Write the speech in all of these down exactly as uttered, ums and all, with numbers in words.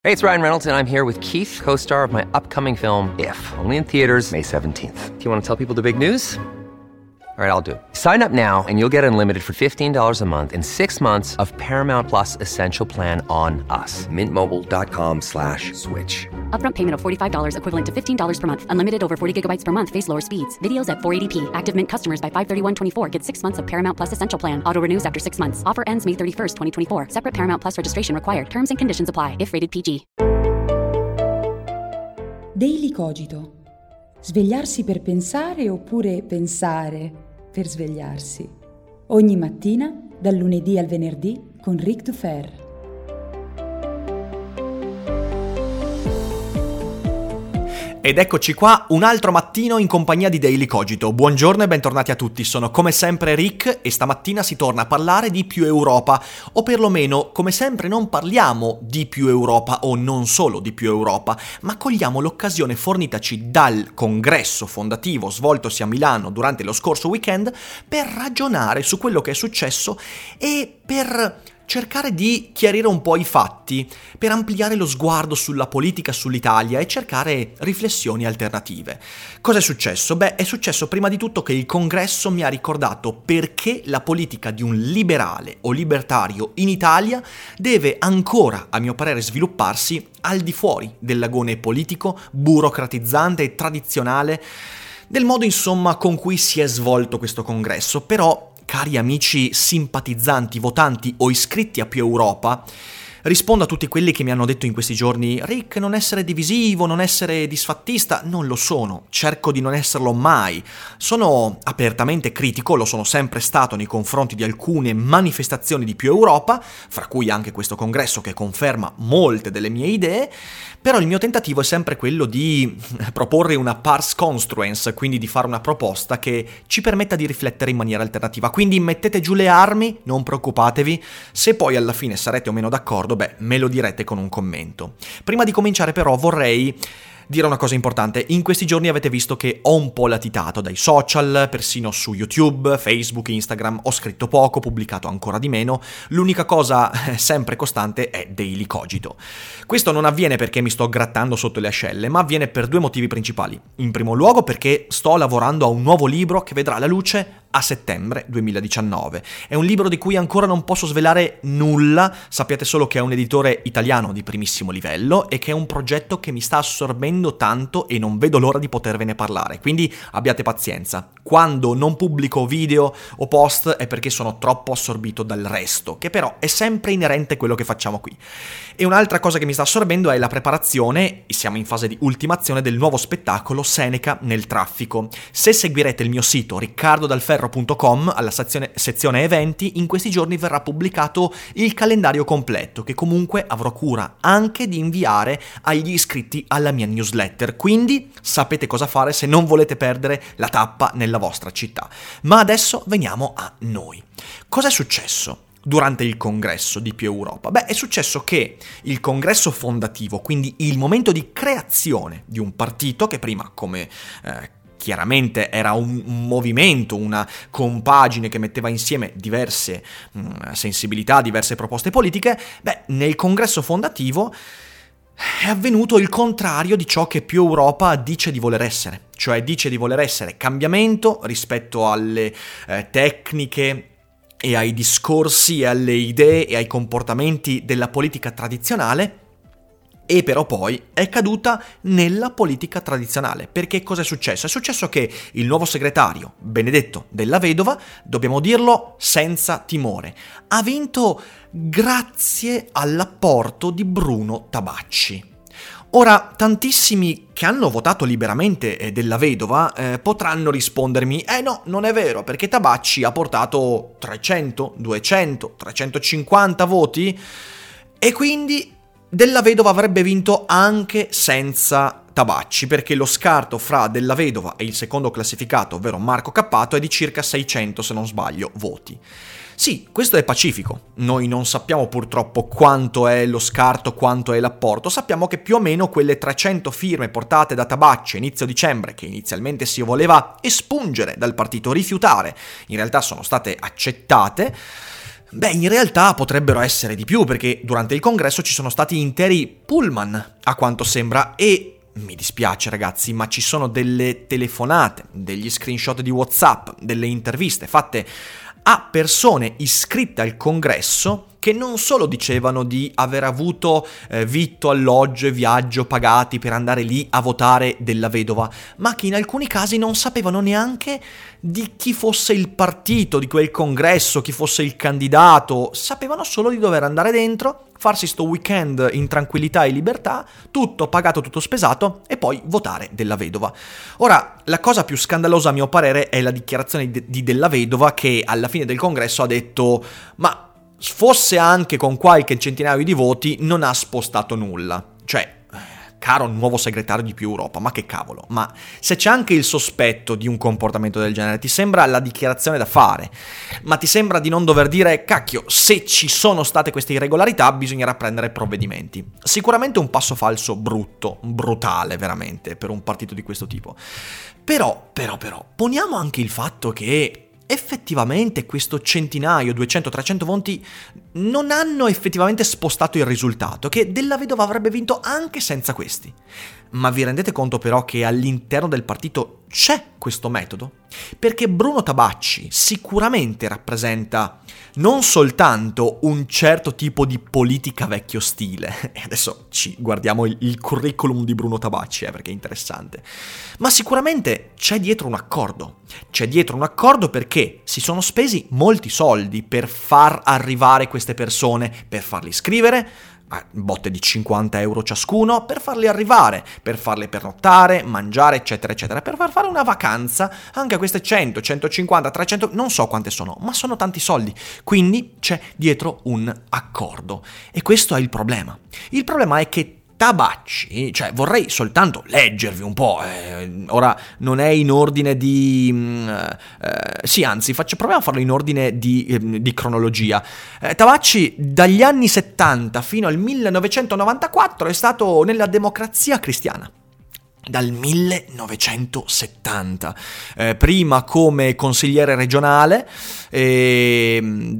Hey, it's Ryan Reynolds, and I'm here with Keith, co-star of my upcoming film, If, only in theaters May seventeenth. Do you want to tell people the big news? All right, I'll do it. Sign up now and you'll get unlimited for fifteen dollars a month and six months of Paramount Plus Essential Plan on us. Mint Mobile dot com slash switch. Upfront payment of forty-five dollars equivalent to fifteen dollars per month. Unlimited over forty gigabytes per month. Face lower speeds. Videos at four eighty p. Active Mint customers by five thirty-one twenty-four get six months of Paramount Plus Essential Plan. Auto renews after six months. Offer ends May thirty-first, twenty twenty-four. Separate Paramount Plus registration required. Terms and conditions apply if rated P G. Daily Cogito. Svegliarsi per pensare oppure pensare per svegliarsi. Ogni mattina, dal lunedì al venerdì, con Ric Dufer. Ed eccoci qua, un altro mattino in compagnia di Daily Cogito. Buongiorno e bentornati a tutti, sono come sempre Rick e stamattina si torna a parlare di più Europa, o perlomeno, come sempre, non parliamo di più Europa o non solo di più Europa, ma cogliamo l'occasione fornitaci dal congresso fondativo svoltosi a Milano durante lo scorso weekend per ragionare su quello che è successo e per cercare di chiarire un po' i fatti, per ampliare lo sguardo sulla politica, sull'Italia e cercare riflessioni alternative. Cosa è successo? Beh, è successo prima di tutto che il congresso mi ha ricordato perché la politica di un liberale o libertario in Italia deve ancora, a mio parere, svilupparsi al di fuori del lagone politico, burocratizzante e tradizionale, del modo insomma con cui si è svolto questo congresso. Però, cari amici simpatizzanti, votanti o iscritti a Più Europa, rispondo a tutti quelli che mi hanno detto in questi giorni: Rick, non essere divisivo, non essere disfattista. Non lo sono, cerco di non esserlo mai. Sono apertamente critico, lo sono sempre stato nei confronti di alcune manifestazioni di Più Europa, fra cui anche questo congresso che conferma molte delle mie idee, però il mio tentativo è sempre quello di proporre una pars construens, quindi di fare una proposta che ci permetta di riflettere in maniera alternativa. Quindi mettete giù le armi, non preoccupatevi, se poi alla fine sarete o meno d'accordo, beh, me lo direte con un commento. Prima di cominciare però vorrei dire una cosa importante. In questi giorni avete visto che ho un po' latitato dai social, persino su YouTube, Facebook, Instagram, ho scritto poco, pubblicato ancora di meno. L'unica cosa sempre costante è Daily Cogito. Questo non avviene perché mi sto grattando sotto le ascelle, ma avviene per due motivi principali. In primo luogo perché sto lavorando a un nuovo libro che vedrà la luce a settembre duemiladiciannove. È un libro di cui ancora non posso svelare nulla, sappiate solo che è un editore italiano di primissimo livello e che è un progetto che mi sta assorbendo tanto e non vedo l'ora di potervene parlare, quindi abbiate pazienza. Quando non pubblico video o post è perché sono troppo assorbito dal resto, che però è sempre inerente a quello che facciamo qui. E un'altra cosa che mi sta assorbendo è la preparazione, e siamo in fase di ultimazione, del nuovo spettacolo Seneca nel traffico. Se seguirete il mio sito riccardo dal ferro punto com, alla sezione, sezione eventi, in questi giorni verrà pubblicato il calendario completo, che comunque avrò cura anche di inviare agli iscritti alla mia newsletter, quindi sapete cosa fare se non volete perdere la tappa nella vostra città. Ma adesso veniamo a noi. Cosa è successo durante il congresso di Più Europa? Beh, è successo che il congresso fondativo, quindi il momento di creazione di un partito che prima, come eh, chiaramente era un, un movimento, una compagine che metteva insieme diverse mh, sensibilità, diverse proposte politiche, beh, nel congresso fondativo è avvenuto il contrario di ciò che Più Europa dice di voler essere, cioè dice di voler essere cambiamento rispetto alle eh, tecniche e ai discorsi e alle idee e ai comportamenti della politica tradizionale. E però poi è caduta nella politica tradizionale. Perché cosa è successo? È successo che il nuovo segretario, Benedetto Della Vedova, dobbiamo dirlo senza timore, ha vinto grazie all'apporto di Bruno Tabacci. Ora, tantissimi che hanno votato liberamente eh, Della Vedova eh, potranno rispondermi: eh no, non è vero, perché Tabacci ha portato trecento, duecento, trecentocinquanta voti e quindi Della Vedova avrebbe vinto anche senza Tabacci, perché lo scarto fra Della Vedova e il secondo classificato, ovvero Marco Cappato, è di circa seicento, se non sbaglio, voti. Sì, questo è pacifico. Noi non sappiamo purtroppo quanto è lo scarto, quanto è l'apporto. Sappiamo che più o meno quelle trecento firme portate da Tabacci a inizio dicembre, che inizialmente si voleva espungere dal partito, rifiutare, in realtà sono state accettate. Beh, in realtà potrebbero essere di più, perché durante il congresso ci sono stati interi pullman, a quanto sembra, e mi dispiace ragazzi, ma ci sono delle telefonate, degli screenshot di WhatsApp, delle interviste fatte a persone iscritte al congresso che non solo dicevano di aver avuto eh, vitto, alloggio e viaggio pagati per andare lì a votare della vedova, ma che in alcuni casi non sapevano neanche di chi fosse il partito di quel congresso, chi fosse il candidato, sapevano solo di dover andare dentro, farsi sto weekend in tranquillità e libertà, tutto pagato, tutto spesato, e poi votare della vedova. Ora, la cosa più scandalosa a mio parere è la dichiarazione di, di della vedova, che alla fine del congresso ha detto ma fosse anche con qualche centinaio di voti non ha spostato nulla. Cioè, caro nuovo segretario di Più Europa, ma che cavolo, ma se c'è anche il sospetto di un comportamento del genere, ti sembra la dichiarazione da fare, ma ti sembra di non dover dire cacchio, se ci sono state queste irregolarità bisognerà prendere provvedimenti. Sicuramente un passo falso brutto, brutale veramente per un partito di questo tipo. Però, però, però, poniamo anche il fatto che effettivamente questo centinaio, duecento, trecento voti non hanno effettivamente spostato il risultato, che della vedova avrebbe vinto anche senza questi. Ma vi rendete conto però che all'interno del partito c'è questo metodo? Perché Bruno Tabacci sicuramente rappresenta non soltanto un certo tipo di politica vecchio stile, e adesso ci guardiamo il, il curriculum di Bruno Tabacci, eh, perché è interessante, ma sicuramente c'è dietro un accordo. C'è dietro un accordo perché si sono spesi molti soldi per far arrivare queste persone, per farli iscrivere, a botte di cinquanta euro ciascuno, per farli arrivare, per farle pernottare, mangiare, eccetera, eccetera, per far fare una vacanza anche a queste cento, centocinquanta, trecento, non so quante sono, ma sono tanti soldi. Quindi c'è dietro un accordo. E questo è il problema. Il problema è che Tabacci, cioè vorrei soltanto leggervi un po', eh, ora non è in ordine di... Eh, sì, anzi, faccio, proviamo a farlo in ordine di, eh, di cronologia. Eh, Tabacci dagli anni settanta fino al millenovecentonovantaquattro è stato nella Democrazia Cristiana. Dal millenovecentosettanta, eh, prima come consigliere regionale, eh,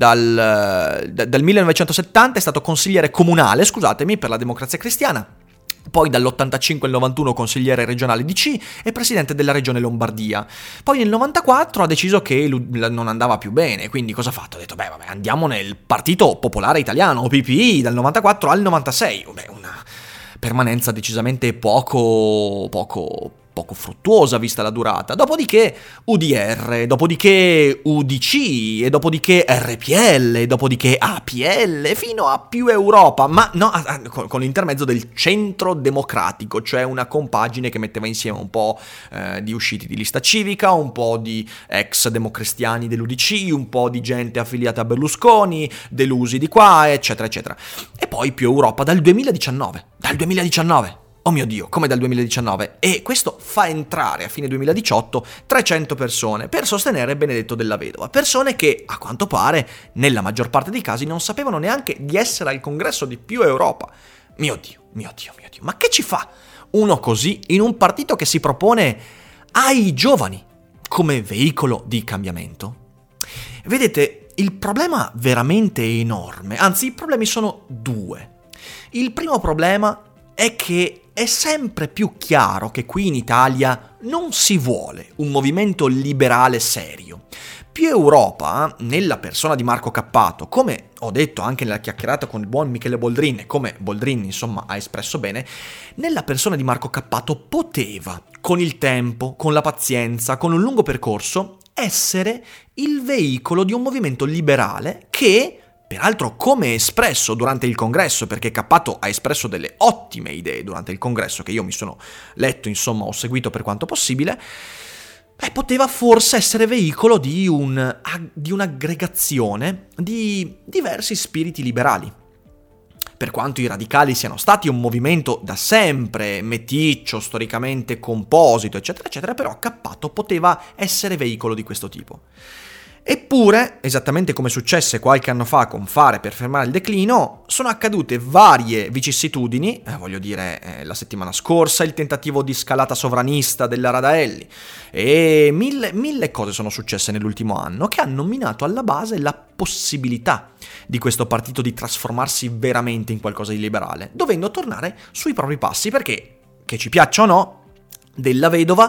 dal, da, dal millenovecentosettanta è stato consigliere comunale, scusatemi, per la Democrazia Cristiana, poi dall'ottantacinque al novantuno consigliere regionale D C e presidente della regione Lombardia. Poi nel novantaquattro ha deciso che non andava più bene, quindi cosa ha fatto? Ha detto, beh, vabbè, andiamo nel Partito Popolare Italiano, P P I, dal novantaquattro al novantasei, beh, una permanenza decisamente poco, poco, poco fruttuosa vista la durata. Dopodiché U D R, dopodiché U D C, e dopodiché R P L, e dopodiché A P L, fino a Più Europa, ma no, con, con l'intermezzo del Centro Democratico, cioè una compagine che metteva insieme un po' eh, di usciti di Lista Civica, un po' di ex democristiani dell'U D C, un po' di gente affiliata a Berlusconi, delusi di qua, eccetera, eccetera. E poi Più Europa dal duemiladiciannove. Dal duemiladiciannove! Oh mio Dio, come dal duemiladiciannove? E questo fa entrare a fine duemiladiciotto trecento persone per sostenere Benedetto Della Vedova. Persone che, a quanto pare, nella maggior parte dei casi non sapevano neanche di essere al congresso di Più Europa. Mio Dio, mio Dio, mio Dio. Ma che ci fa uno così in un partito che si propone ai giovani come veicolo di cambiamento? Vedete, il problema veramente enorme, anzi i problemi sono due. Il primo problema è che è sempre più chiaro che qui in Italia non si vuole un movimento liberale serio. Più Europa, nella persona di Marco Cappato, come ho detto anche nella chiacchierata con il buon Michele Boldrin, e come Boldrin insomma ha espresso bene, nella persona di Marco Cappato poteva, con il tempo, con la pazienza, con un lungo percorso, essere il veicolo di un movimento liberale che, peraltro, come espresso durante il congresso, perché Cappato ha espresso delle ottime idee durante il congresso, che io mi sono letto, insomma, ho seguito per quanto possibile, beh, poteva forse essere veicolo di, un, di un'aggregazione di diversi spiriti liberali. Per quanto i radicali siano stati un movimento da sempre, meticcio, storicamente composito, eccetera, eccetera, però Cappato poteva essere veicolo di questo tipo. Eppure, esattamente come successe qualche anno fa con Fare per fermare il declino, sono accadute varie vicissitudini, eh, voglio dire eh, la settimana scorsa il tentativo di scalata sovranista della Radaelli e mille, mille cose sono successe nell'ultimo anno che hanno minato alla base la possibilità di questo partito di trasformarsi veramente in qualcosa di liberale, dovendo tornare sui propri passi perché, che ci piaccia o no, Della Vedova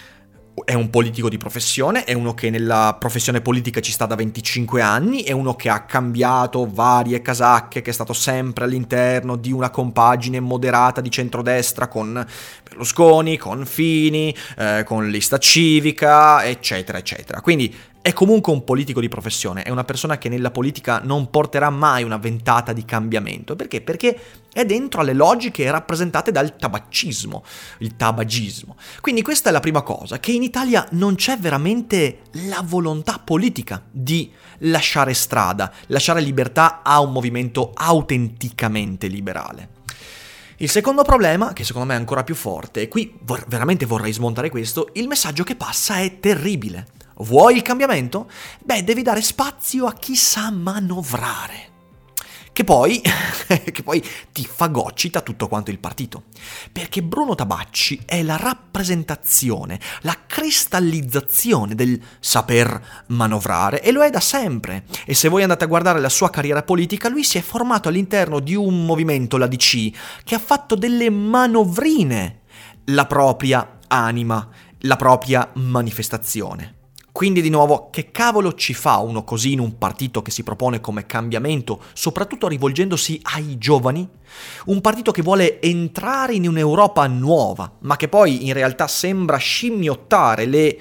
è un politico di professione, è uno che nella professione politica ci sta da venticinque anni, è uno che ha cambiato varie casacche, che è stato sempre all'interno di una compagine moderata di centrodestra con Berlusconi, con Fini, eh, con Lista Civica, eccetera, eccetera. Quindi è comunque un politico di professione, è una persona che nella politica non porterà mai una ventata di cambiamento. Perché? Perché è dentro alle logiche rappresentate dal tabaccismo, il tabagismo. Quindi questa è la prima cosa, che in Italia non c'è veramente la volontà politica di lasciare strada, lasciare libertà a un movimento autenticamente liberale. Il secondo problema, che secondo me è ancora più forte, e qui vor- veramente vorrei smontare questo, il messaggio che passa è terribile. Vuoi il cambiamento? Beh, devi dare spazio a chi sa manovrare. Che poi, che poi ti fagocita tutto quanto il partito. Perché Bruno Tabacci è la rappresentazione, la cristallizzazione del saper manovrare e lo è da sempre. E se voi andate a guardare la sua carriera politica, lui si è formato all'interno di un movimento, la D C, che ha fatto delle manovrine la propria anima, la propria manifestazione. Quindi di nuovo, che cavolo ci fa uno così in un partito che si propone come cambiamento, soprattutto rivolgendosi ai giovani? Un partito che vuole entrare in un'Europa nuova, ma che poi in realtà sembra scimmiottare le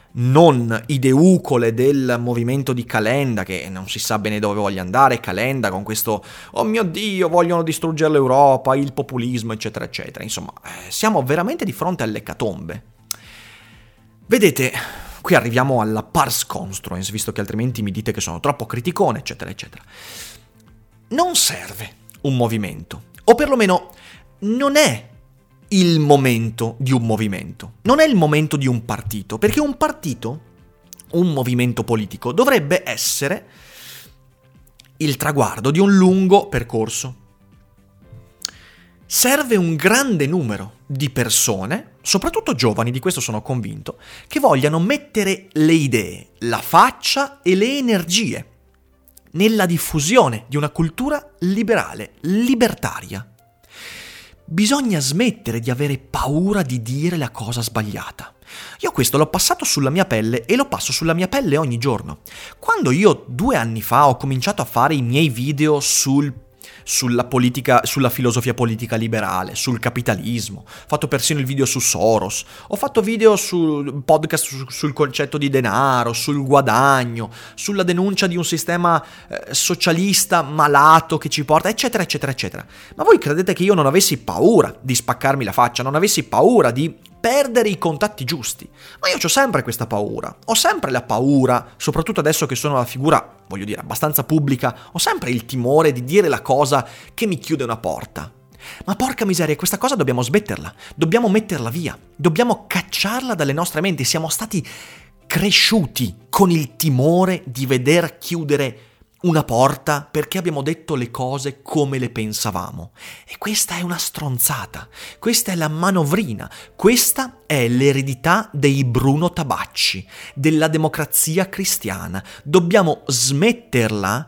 non ideucole del movimento di Calenda, che non si sa bene dove voglia andare, Calenda con questo oh mio Dio, vogliono distruggere l'Europa, il populismo, eccetera, eccetera. Insomma, eh, siamo veramente di fronte all'ecatombe. Vedete, qui arriviamo alla pars construens, visto che altrimenti mi dite che sono troppo criticone, eccetera, eccetera. Non serve un movimento, o perlomeno non è il momento di un movimento, non è il momento di un partito, perché un partito, un movimento politico, dovrebbe essere il traguardo di un lungo percorso. Serve un grande numero di persone, soprattutto giovani, di questo sono convinto, che vogliano mettere le idee, la faccia e le energie nella diffusione di una cultura liberale, libertaria. Bisogna smettere di avere paura di dire la cosa sbagliata. Io questo l'ho passato sulla mia pelle e lo passo sulla mia pelle ogni giorno. Quando io due anni fa ho cominciato a fare i miei video sul sulla politica, sulla filosofia politica liberale, sul capitalismo, ho fatto persino il video su Soros, ho fatto video sul podcast su, sul concetto di denaro, sul guadagno, sulla denuncia di un sistema eh, socialista malato che ci porta, eccetera, eccetera, eccetera. Ma voi credete che io non avessi paura di spaccarmi la faccia, non avessi paura di perdere i contatti giusti? Ma io ho sempre questa paura, ho sempre la paura, soprattutto adesso che sono una figura, voglio dire, abbastanza pubblica, ho sempre il timore di dire la cosa che mi chiude una porta. Ma porca miseria, questa cosa dobbiamo smetterla, dobbiamo metterla via, dobbiamo cacciarla dalle nostre menti. Siamo stati cresciuti con il timore di veder chiudere una porta perché abbiamo detto le cose come le pensavamo. E questa è una stronzata, questa è la manovrina, questa è l'eredità dei Bruno Tabacci, della democrazia cristiana. Dobbiamo smetterla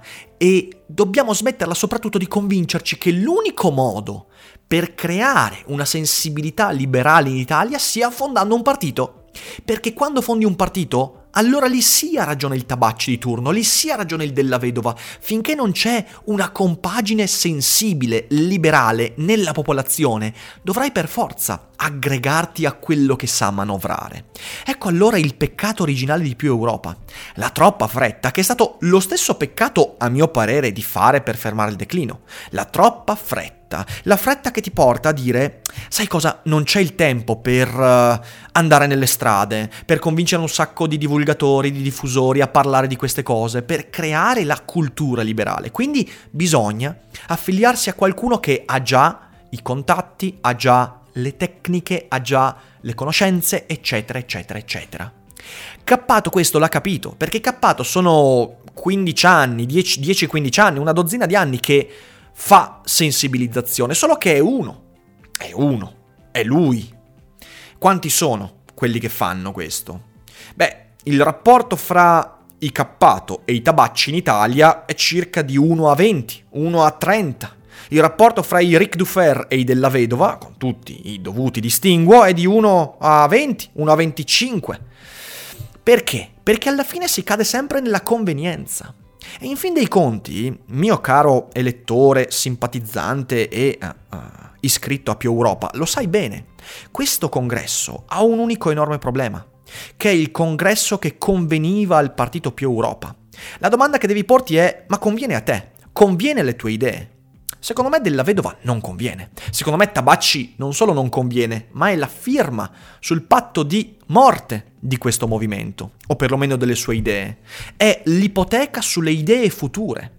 e dobbiamo smetterla soprattutto di convincerci che l'unico modo per creare una sensibilità liberale in Italia sia fondando un partito. Perché quando fondi un partito, allora lì sì ha ragione il Tabacci di turno, lì sì ha ragione il Della Vedova. Finché non c'è una compagine sensibile, liberale nella popolazione, dovrai per forza aggregarti a quello che sa manovrare. Ecco allora il peccato originale di Più Europa, la troppa fretta, che è stato lo stesso peccato, a mio parere, di Fare per fermare il declino. La troppa fretta, la fretta che ti porta a dire, sai cosa, non c'è il tempo per uh, andare nelle strade, per convincere un sacco di divulgatori, di diffusori a parlare di queste cose, per creare la cultura liberale. Quindi bisogna affiliarsi a qualcuno che ha già i contatti, ha già le tecniche, ha già le conoscenze, eccetera, eccetera, eccetera. Cappato questo l'ha capito, perché Cappato sono quindici anni, dieci quindici anni, una dozzina di anni che fa sensibilizzazione, solo che è uno, è uno, è lui. Quanti sono quelli che fanno questo? Beh, il rapporto fra i Cappato e i tabacci in Italia è circa di uno a venti, uno a trenta. Il rapporto fra i Ric Dufer e i Della Vedova, con tutti i dovuti distinguo, è di uno a venti, uno a venticinque. Perché? Perché alla fine si cade sempre nella convenienza. E in fin dei conti, mio caro elettore, simpatizzante e uh, uh, iscritto a Più Europa, lo sai bene, questo congresso ha un unico enorme problema, che è il congresso che conveniva al partito Più Europa. La domanda che devi porti è: ma conviene a te? Conviene alle tue idee? Secondo me Della Vedova non conviene. Secondo me Tabacci non solo non conviene, ma è la firma sul patto di morte di questo movimento, o perlomeno delle sue idee. È l'ipoteca sulle idee future.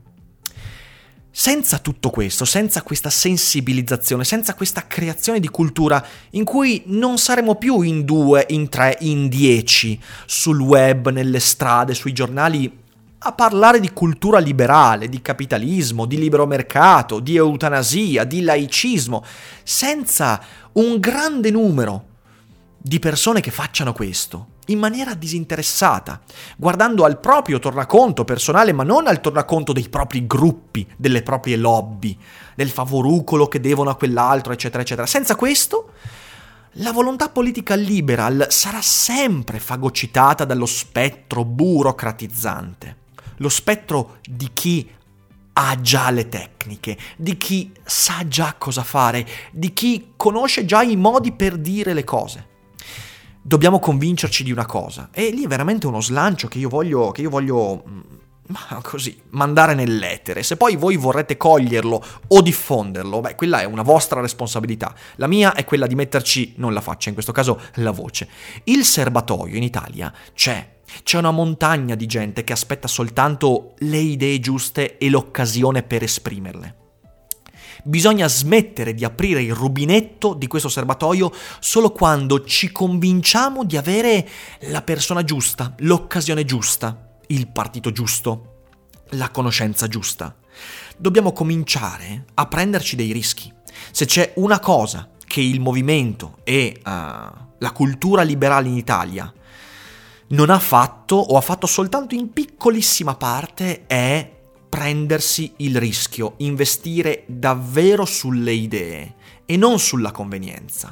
Senza tutto questo, senza questa sensibilizzazione, senza questa creazione di cultura in cui non saremo più in due, in tre, in dieci, sul web, nelle strade, sui giornali, a parlare di cultura liberale, di capitalismo, di libero mercato, di eutanasia, di laicismo, senza un grande numero di persone che facciano questo in maniera disinteressata, guardando al proprio tornaconto personale, ma non al tornaconto dei propri gruppi, delle proprie lobby, del favorucolo che devono a quell'altro, eccetera, eccetera. Senza questo, la volontà politica liberal sarà sempre fagocitata dallo spettro burocratizzante, lo spettro di chi ha già le tecniche, di chi sa già cosa fare, di chi conosce già i modi per dire le cose. Dobbiamo convincerci di una cosa, e lì è veramente uno slancio che io voglio, che io voglio ma così, mandare nell'etere. Se poi voi vorrete coglierlo o diffonderlo, beh, quella è una vostra responsabilità. La mia è quella di metterci, non la faccia, in questo caso la voce. Il serbatoio in Italia c'è. C'è una montagna di gente che aspetta soltanto le idee giuste e l'occasione per esprimerle. Bisogna smettere di aprire il rubinetto di questo serbatoio solo quando ci convinciamo di avere la persona giusta, l'occasione giusta, il partito giusto, la conoscenza giusta. Dobbiamo cominciare a prenderci dei rischi. Se c'è una cosa che il movimento e uh, la cultura liberale in Italia non ha fatto, o ha fatto soltanto in piccolissima parte, è prendersi il rischio, investire davvero sulle idee e non sulla convenienza.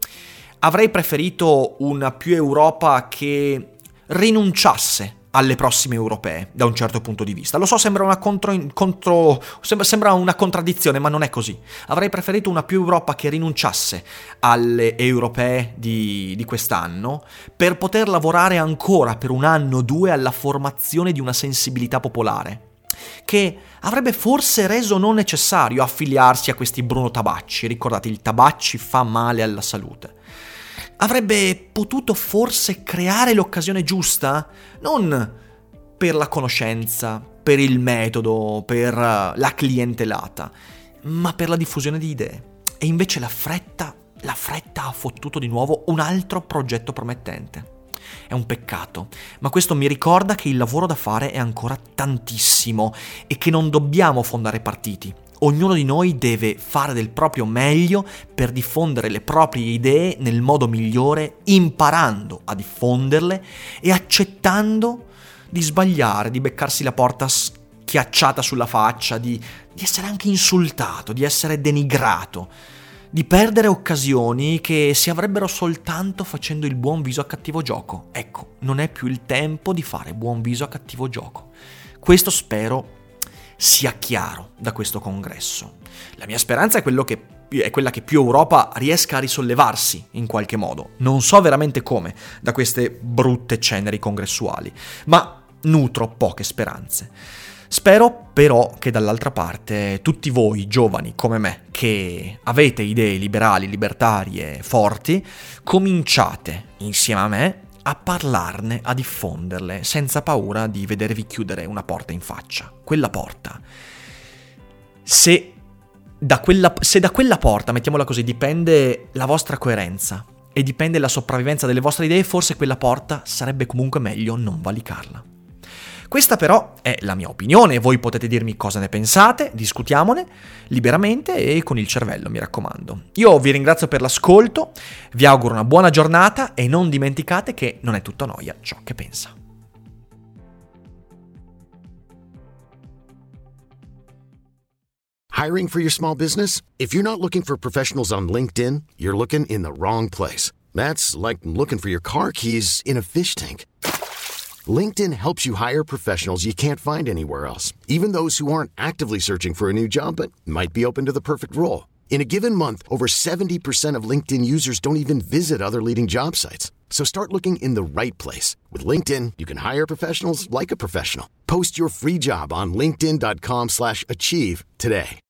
Avrei preferito una Più Europa che rinunciasse alle prossime europee, da un certo punto di vista. Lo so, sembra una contro, contro sembra, sembra una contraddizione, ma non è così. Avrei preferito una Più Europa che rinunciasse alle europee di, di quest'anno per poter lavorare ancora per un anno o due alla formazione di una sensibilità popolare, che avrebbe forse reso non necessario affiliarsi a questi Bruno Tabacci. Ricordate, il Tabacci fa male alla salute. Avrebbe potuto forse creare l'occasione giusta, non per la conoscenza, per il metodo, per la clientelata, ma per la diffusione di idee. E invece la fretta, la fretta ha fottuto di nuovo un altro progetto promettente. È un peccato, ma questo mi ricorda che il lavoro da fare è ancora tantissimo e che non dobbiamo fondare partiti. Ognuno di noi deve fare del proprio meglio per diffondere le proprie idee nel modo migliore, imparando a diffonderle e accettando di sbagliare, di beccarsi la porta schiacciata sulla faccia, di, di essere anche insultato, di essere denigrato, di perdere occasioni che si avrebbero soltanto facendo il buon viso a cattivo gioco. Ecco, non è più il tempo di fare buon viso a cattivo gioco. Questo spero sia chiaro da questo congresso. La mia speranza è, quello che, è quella che Più Europa riesca a risollevarsi in qualche modo. Non so veramente come da queste brutte ceneri congressuali, ma nutro poche speranze. Spero però che dall'altra parte tutti voi giovani come me, che avete idee liberali, libertarie, forti, cominciate insieme a me a parlarne, a diffonderle, senza paura di vedervi chiudere una porta in faccia. Quella porta, se da quella, se da quella porta, mettiamola così, dipende la vostra coerenza e dipende dalla sopravvivenza delle vostre idee, forse quella porta sarebbe comunque meglio non valicarla. Questa però è la mia opinione, voi potete dirmi cosa ne pensate, discutiamone liberamente e con il cervello, mi raccomando. Io vi ringrazio per l'ascolto, vi auguro una buona giornata e non dimenticate che non è tutto noia ciò che pensa. Hiring for your small business? If you're not looking for professionals on LinkedIn, you're looking in the wrong place. That's like looking for your car keys in a fish tank. LinkedIn helps you hire professionals you can't find anywhere else, even those who aren't actively searching for a new job but might be open to the perfect role. In a given month, over seventy percent of LinkedIn users don't even visit other leading job sites. So start looking in the right place. With LinkedIn, you can hire professionals like a professional. Post your free job on linkedin dot com slash achieve today.